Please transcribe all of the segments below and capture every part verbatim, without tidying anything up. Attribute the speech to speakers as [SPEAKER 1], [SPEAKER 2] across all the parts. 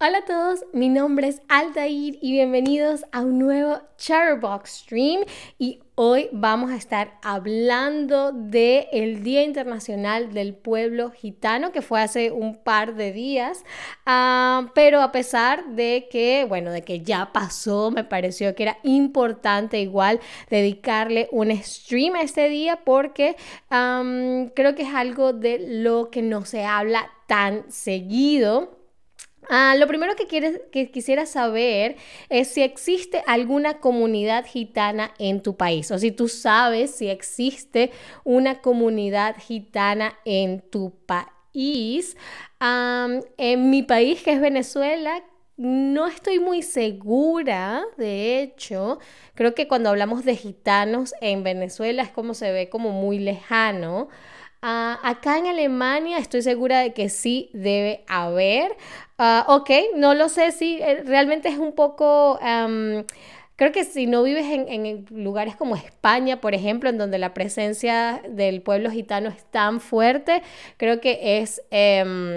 [SPEAKER 1] Hola a todos, mi nombre es Altair y bienvenidos a un nuevo Chatterbox Stream, y hoy vamos a estar hablando del Día Internacional del Pueblo Gitano, que fue hace un par de días, uh, pero a pesar de que, bueno, de que ya pasó, me pareció que era importante igual dedicarle un stream a este día porque um, creo que es algo de lo que no se habla tan seguido. Ah, lo primero que, quieres, que quisiera saber es si existe alguna comunidad gitana en tu país, o si tú sabes si existe una comunidad gitana en tu país. Um, en mi país, que es Venezuela, no estoy muy segura. De hecho, creo que cuando hablamos de gitanos en Venezuela es como se ve como muy lejano. Uh, acá en Alemania estoy segura de que sí debe haber. Uh, ok, no lo sé si eh, realmente es un poco... Um, creo que si no vives en, en lugares como España, por ejemplo, en donde la presencia del pueblo gitano es tan fuerte, creo que es... Um,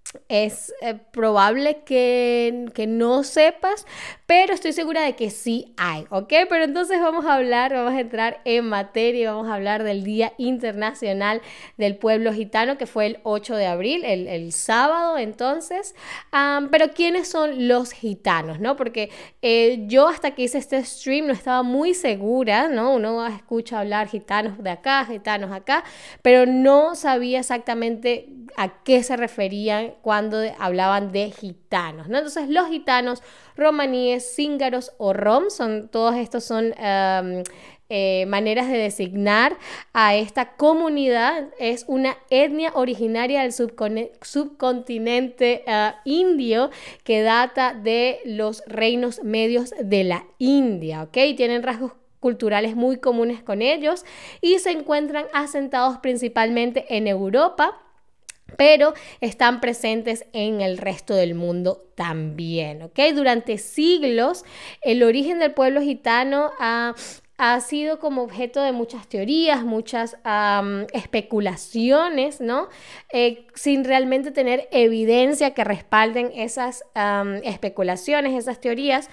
[SPEAKER 1] Es eh, probable que, que no sepas, pero estoy segura de que sí hay, ¿ok? Pero entonces vamos a hablar, vamos a entrar en materia, vamos a hablar del Día Internacional del Pueblo Gitano, que fue el ocho de abril, el, el sábado, entonces. Um, pero ¿quiénes son los gitanos, no? Porque eh, yo hasta que hice este stream no estaba muy segura, ¿no? Uno escucha hablar gitanos de acá, gitanos acá, pero no sabía exactamente a qué se referían cuando hablaban de gitanos, ¿no? Entonces, los gitanos, romaníes, cíngaros o rom, son, todos estos son um, eh, maneras de designar a esta comunidad. Es una etnia originaria del subcon subcontinente uh, indio, que data de los reinos medios de la India, ¿ok? Tienen rasgos culturales muy comunes con ellos y se encuentran asentados principalmente en Europa, pero están presentes en el resto del mundo también, ¿ok? Durante siglos, el origen del pueblo gitano ha, ha sido como objeto de muchas teorías, muchas um, especulaciones, ¿no? Eh, sin realmente tener evidencia que respalden esas um, especulaciones, esas teorías,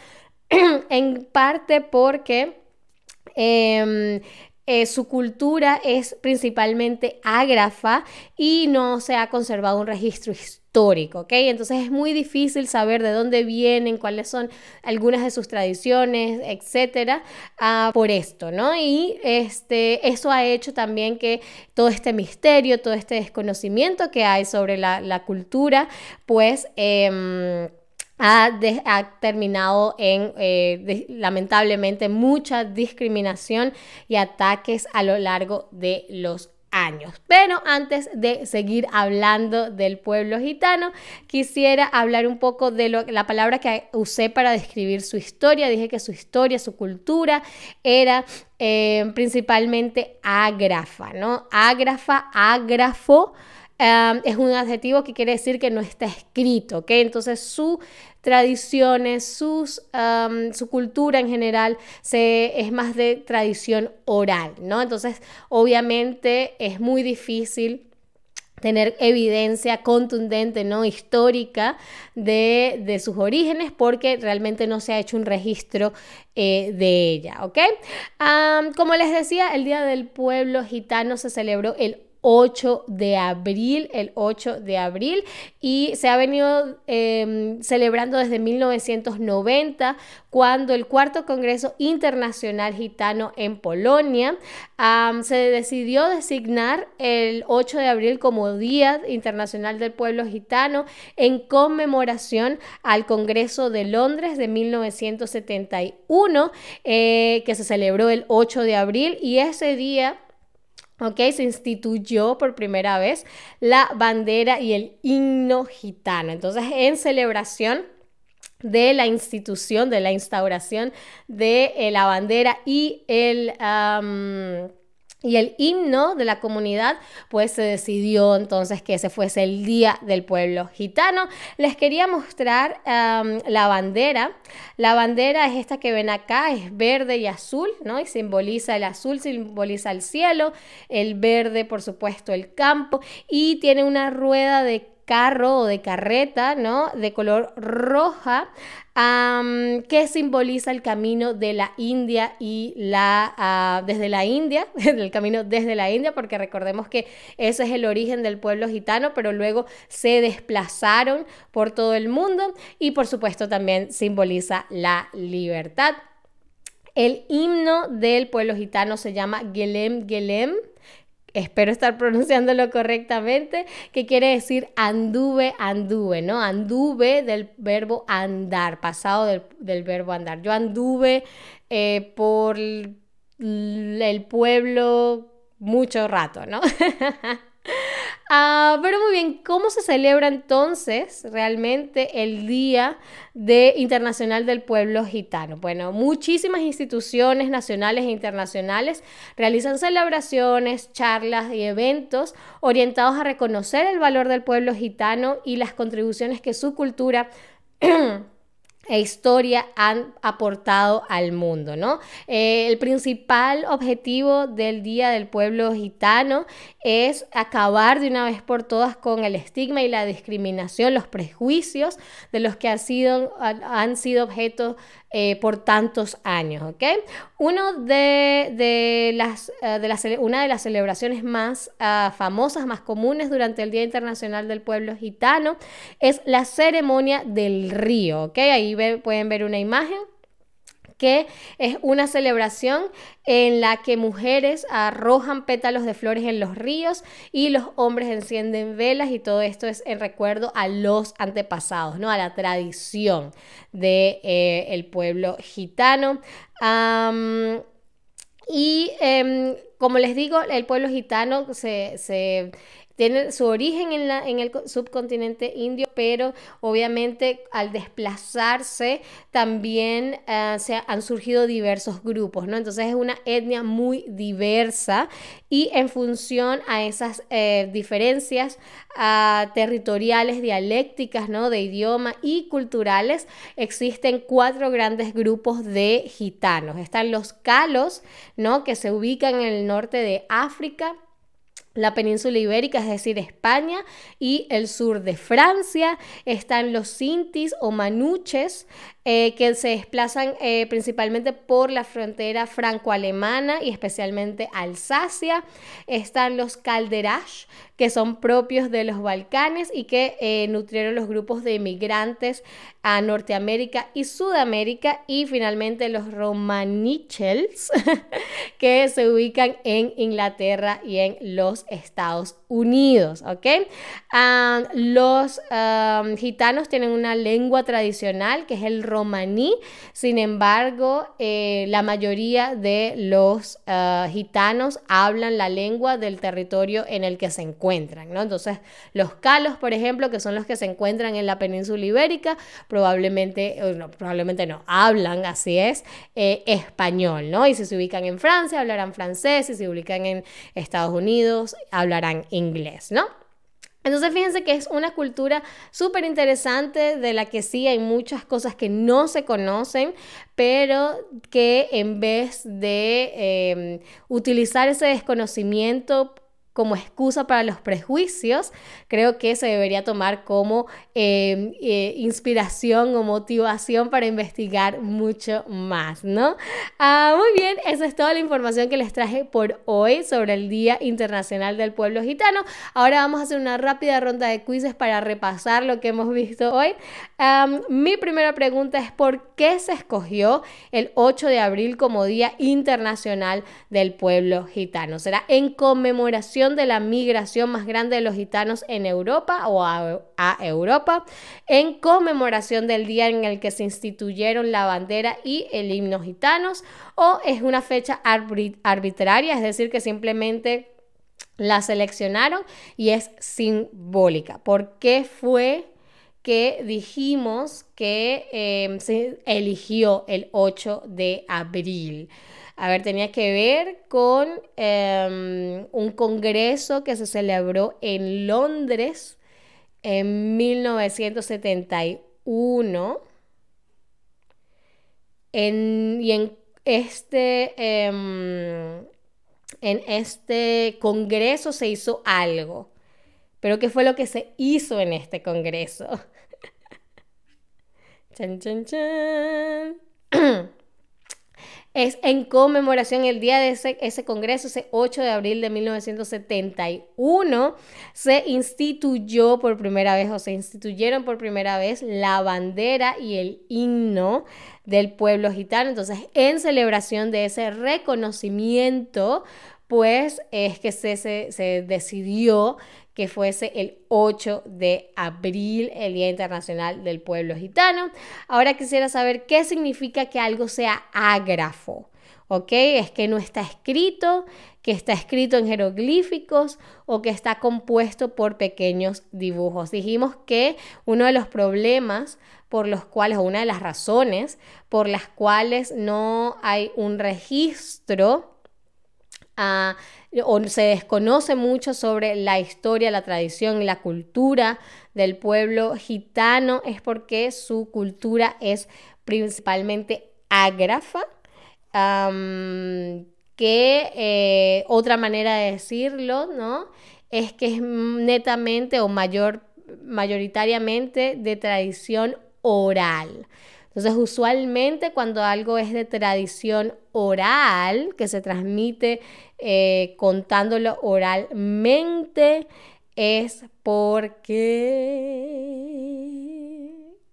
[SPEAKER 1] en parte porque... Eh, Eh, su cultura es principalmente ágrafa y no se ha conservado un registro histórico, ¿ok? Entonces es muy difícil saber de dónde vienen, cuáles son algunas de sus tradiciones, etcétera, uh, por esto, ¿no? Y este, eso ha hecho también que todo este misterio, todo este desconocimiento que hay sobre la, la cultura, pues... Eh, Ha, de, ha terminado en, eh, de, lamentablemente, mucha discriminación y ataques a lo largo de los años. Pero antes de seguir hablando del pueblo gitano, quisiera hablar un poco de lo, la palabra que usé para describir su historia. Dije que su historia, su cultura era eh, principalmente ágrafa, ¿no? Ágrafa, ágrafo. Um, es un adjetivo que quiere decir que no está escrito, ¿ok? Entonces sus tradiciones, sus, um, su cultura en general se, es más de tradición oral, ¿no? Entonces obviamente es muy difícil tener evidencia contundente, ¿no? Histórica de, de sus orígenes, porque realmente no se ha hecho un registro eh, de ella, ¿ok? Um, como les decía, el Día del Pueblo Gitano se celebró el ocho de abril, el ocho de abril, y se ha venido eh, celebrando desde mil novecientos noventa, cuando el cuarto Congreso Internacional Gitano en Polonia um, se decidió designar el ocho de abril como Día Internacional del Pueblo Gitano, en conmemoración al Congreso de Londres de mil novecientos setenta y uno, eh, que se celebró el ocho de abril, y ese día... Ok, se instituyó por primera vez la bandera y el himno gitano. Entonces, en celebración de la institución, de la instauración de eh, la bandera y el... Um, Y el himno de la comunidad, pues se decidió entonces que ese fuese el Día del Pueblo Gitano. Les quería mostrar um, la bandera. La bandera es esta que ven acá, es verde y azul, ¿no? Y simboliza el azul, simboliza el cielo, el verde, por supuesto, el campo, y tiene una rueda de carro o de carreta, ¿no? De color roja, um, que simboliza el camino de la India y la, uh, desde la India, el camino desde la India, porque recordemos que ese es el origen del pueblo gitano, pero luego se desplazaron por todo el mundo y por supuesto también simboliza la libertad. El himno del pueblo gitano se llama Gelem Gelem. Espero estar pronunciándolo correctamente, que quiere decir anduve, anduve, ¿no? Anduve del verbo andar, pasado del, del verbo andar. Yo anduve eh, por el pueblo mucho rato, ¿no? Uh, pero muy bien, ¿cómo se celebra entonces realmente el Día de Internacional del Pueblo Gitano? Bueno, muchísimas instituciones nacionales e internacionales realizan celebraciones, charlas y eventos orientados a reconocer el valor del pueblo gitano y las contribuciones que su cultura e historia han aportado al mundo, ¿no? Eh, el principal objetivo del Día del Pueblo Gitano es acabar de una vez por todas con el estigma y la discriminación, los prejuicios de los que han sido, han sido objeto eh, por tantos años, ¿ok? Uno de, de las, uh, de las, una de las celebraciones más uh, famosas, más comunes durante el Día Internacional del Pueblo Gitano es la ceremonia del río, ¿ok? Ahí ve, pueden ver una imagen que es una celebración en la que mujeres arrojan pétalos de flores en los ríos y los hombres encienden velas, y todo esto es en recuerdo a los antepasados, ¿no? A la tradición del de, eh, el pueblo gitano. Um, y eh, como les digo, el pueblo gitano se... se tiene su origen en, la, en el subcontinente indio, pero obviamente al desplazarse también uh, se han surgido diversos grupos, ¿no? Entonces es una etnia muy diversa y en función a esas eh, diferencias uh, territoriales, dialécticas, ¿no? De idioma y culturales, existen cuatro grandes grupos de gitanos. Están los kalos, ¿no? Que se ubican en el norte de África, la península ibérica, es decir, España y el sur de Francia. Están los sintis o manuches, eh, que se desplazan eh, principalmente por la frontera franco-alemana y especialmente Alsacia. Están los calderash, que son propios de los Balcanes y que eh, nutrieron los grupos de inmigrantes a Norteamérica y Sudamérica. Y finalmente los romanichels, que se ubican en Inglaterra y en los Estados Unidos, ¿ok? Um, los um, gitanos tienen una lengua tradicional que es el romaní. Sin embargo, eh, la mayoría de los uh, gitanos hablan la lengua del territorio en el que se encuentran, ¿no? Entonces, los kalos, por ejemplo, que son los que se encuentran en la península ibérica, probablemente, no, probablemente no, hablan, así es, eh, español, ¿no? Y si se ubican en Francia, hablarán francés, si se ubican en Estados Unidos, hablarán inglés, ¿no? Entonces fíjense que es una cultura súper interesante de la que sí hay muchas cosas que no se conocen, pero que en vez de eh, utilizar ese desconocimiento como excusa para los prejuicios, creo que se debería tomar como eh, eh, inspiración o motivación para investigar mucho más, ¿no? Ah, muy bien, esa es toda la información que les traje por hoy sobre el Día Internacional del Pueblo Gitano. Ahora vamos a hacer una rápida ronda de quizzes para repasar lo que hemos visto hoy. Um, mi primera pregunta es: ¿por qué se escogió el ocho de abril como Día Internacional del Pueblo Gitano? ¿Será en conmemoración de la migración más grande de los gitanos en Europa o a, a Europa, en conmemoración del día en el que se instituyeron la bandera y el himno gitanos, o es una fecha arbit- arbitraria, es decir, que simplemente la seleccionaron y es simbólica? ¿Por qué fue que dijimos que eh, se eligió el ocho de abril? A ver, tenía que ver con eh, un congreso que se celebró en Londres en mil novecientos setenta y uno. En, y en este, eh, en este congreso se hizo algo. Pero ¿qué fue lo que se hizo en este congreso? Chan, chan, chan. Es en conmemoración el día de ese, ese congreso, ese ocho de abril de mil novecientos setenta y uno, se instituyó por primera vez o se instituyeron por primera vez la bandera y el himno del pueblo gitano. Entonces, en celebración de ese reconocimiento, pues es que se, se, se decidió que fuese el ocho de abril, el Día Internacional del Pueblo Gitano. Ahora quisiera saber qué significa que algo sea ágrafo, ¿ok? Es que no está escrito, que está escrito en jeroglíficos o que está compuesto por pequeños dibujos. Dijimos que uno de los problemas por los cuales, o una de las razones por las cuales no hay un registro Uh, o se desconoce mucho sobre la historia, la tradición y la cultura del pueblo gitano es porque su cultura es principalmente ágrafa, um, que eh, otra manera de decirlo, ¿no? Es que es netamente o mayor, mayoritariamente de tradición oral. Entonces, usualmente cuando algo es de tradición oral, que se transmite eh, contándolo oralmente, es porque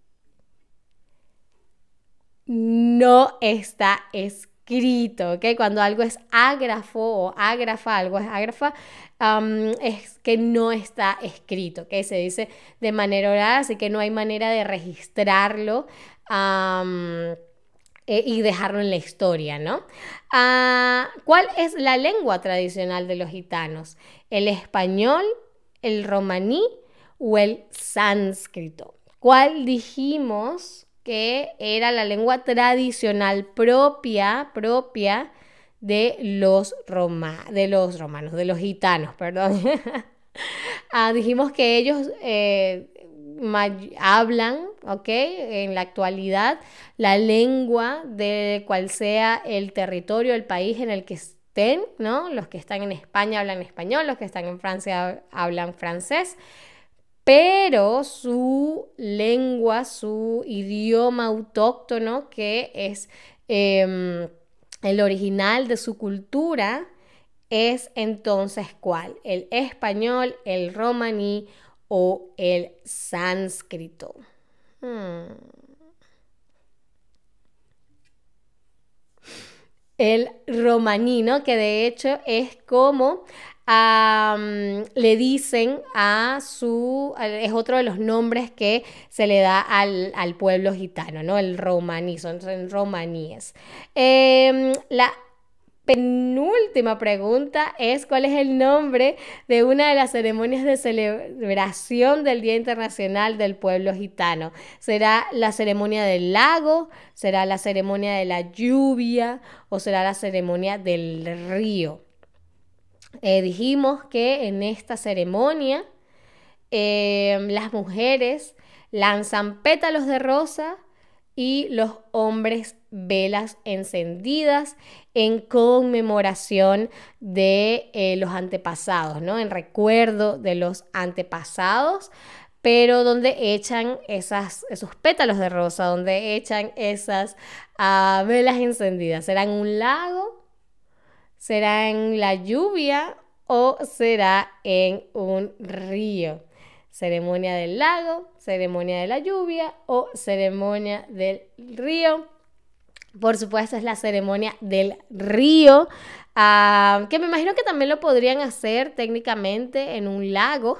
[SPEAKER 1] no está escrito, ¿ok? Cuando algo es ágrafo o ágrafa, algo es ágrafa, um, es que no está escrito, ¿ok? Se dice de manera oral, así que no hay manera de registrarlo Um, eh, y dejarlo en la historia, ¿no? Uh, ¿Cuál es la lengua tradicional de los gitanos? ¿El español, el romaní o el sánscrito? ¿Cuál dijimos que era la lengua tradicional propia, propia de los, roma, de los romanos, de los gitanos, perdón? uh, dijimos que ellos eh, hablan, ¿ok? En la actualidad, la lengua de cual sea el territorio, el país en el que estén, ¿no? Los que están en España hablan español, los que están en Francia hablan francés, pero su lengua, su idioma autóctono, que es eh, el original de su cultura, es entonces ¿cuál? El español, el romaní o el sánscrito. Hmm. El romaní, ¿no? Que de hecho es como um, le dicen a su, es otro de los nombres que se le da al, al pueblo gitano, ¿no? El romaní, son, son romaníes. Eh, la penúltima pregunta es ¿cuál es el nombre de una de las ceremonias de celebración del Día Internacional del Pueblo Gitano? ¿Será la ceremonia del lago? ¿Será la ceremonia de la lluvia? ¿O será la ceremonia del río? Eh, dijimos que en esta ceremonia eh, las mujeres lanzan pétalos de rosa y los hombres velas encendidas en conmemoración de eh, los antepasados, ¿no? En recuerdo de los antepasados, pero donde echan esas, esos pétalos de rosa, donde echan esas uh, velas encendidas. ¿Será en un lago? ¿Será en la lluvia? ¿O será en un río? Ceremonia del lago, ceremonia de la lluvia o ceremonia del río. Por supuesto es la ceremonia del río, uh, que me imagino que también lo podrían hacer técnicamente en un lago.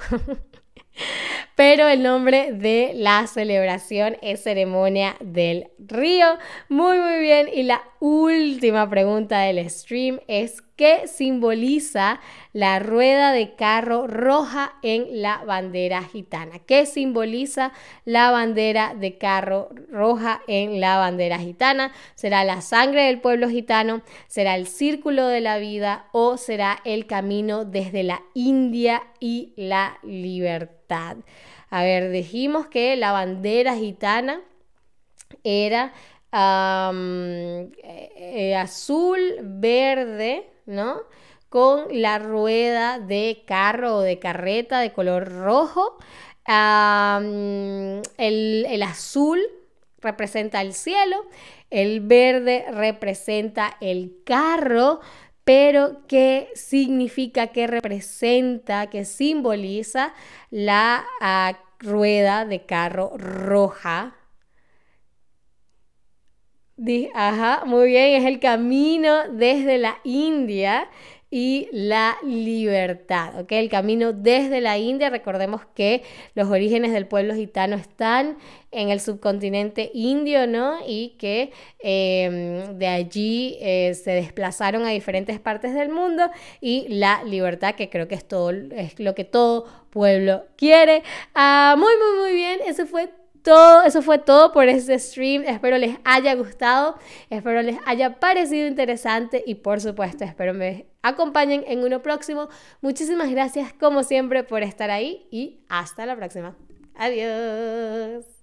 [SPEAKER 1] Pero el nombre de la celebración es ceremonia del río. Muy, muy bien. Y la última pregunta del stream es ¿qué simboliza la rueda de carro roja en la bandera gitana? ¿Qué simboliza la bandera de carro roja en la bandera gitana? ¿Será la sangre del pueblo gitano? ¿Será el círculo de la vida? ¿O será el camino desde la India y la libertad? A ver, dijimos que la bandera gitana era um, eh, azul, verde, ¿no? con la rueda de carro o de carreta de color rojo. Um, el, el azul representa el cielo, el verde representa el carro, pero ¿qué significa, qué representa, qué simboliza la uh, rueda de carro roja? Ajá, muy bien, es el camino desde la India y la libertad, ¿ok? El camino desde la India, recordemos que los orígenes del pueblo gitano están en el subcontinente indio, ¿no? Y que eh, de allí eh, se desplazaron a diferentes partes del mundo, y la libertad, que creo que es, todo, es lo que todo pueblo quiere. Ah, muy, muy, muy bien, eso fue Todo, eso fue todo por este stream. Espero les haya gustado, espero les haya parecido interesante y por supuesto espero me acompañen en uno próximo. Muchísimas gracias como siempre por estar ahí y hasta la próxima. Adiós.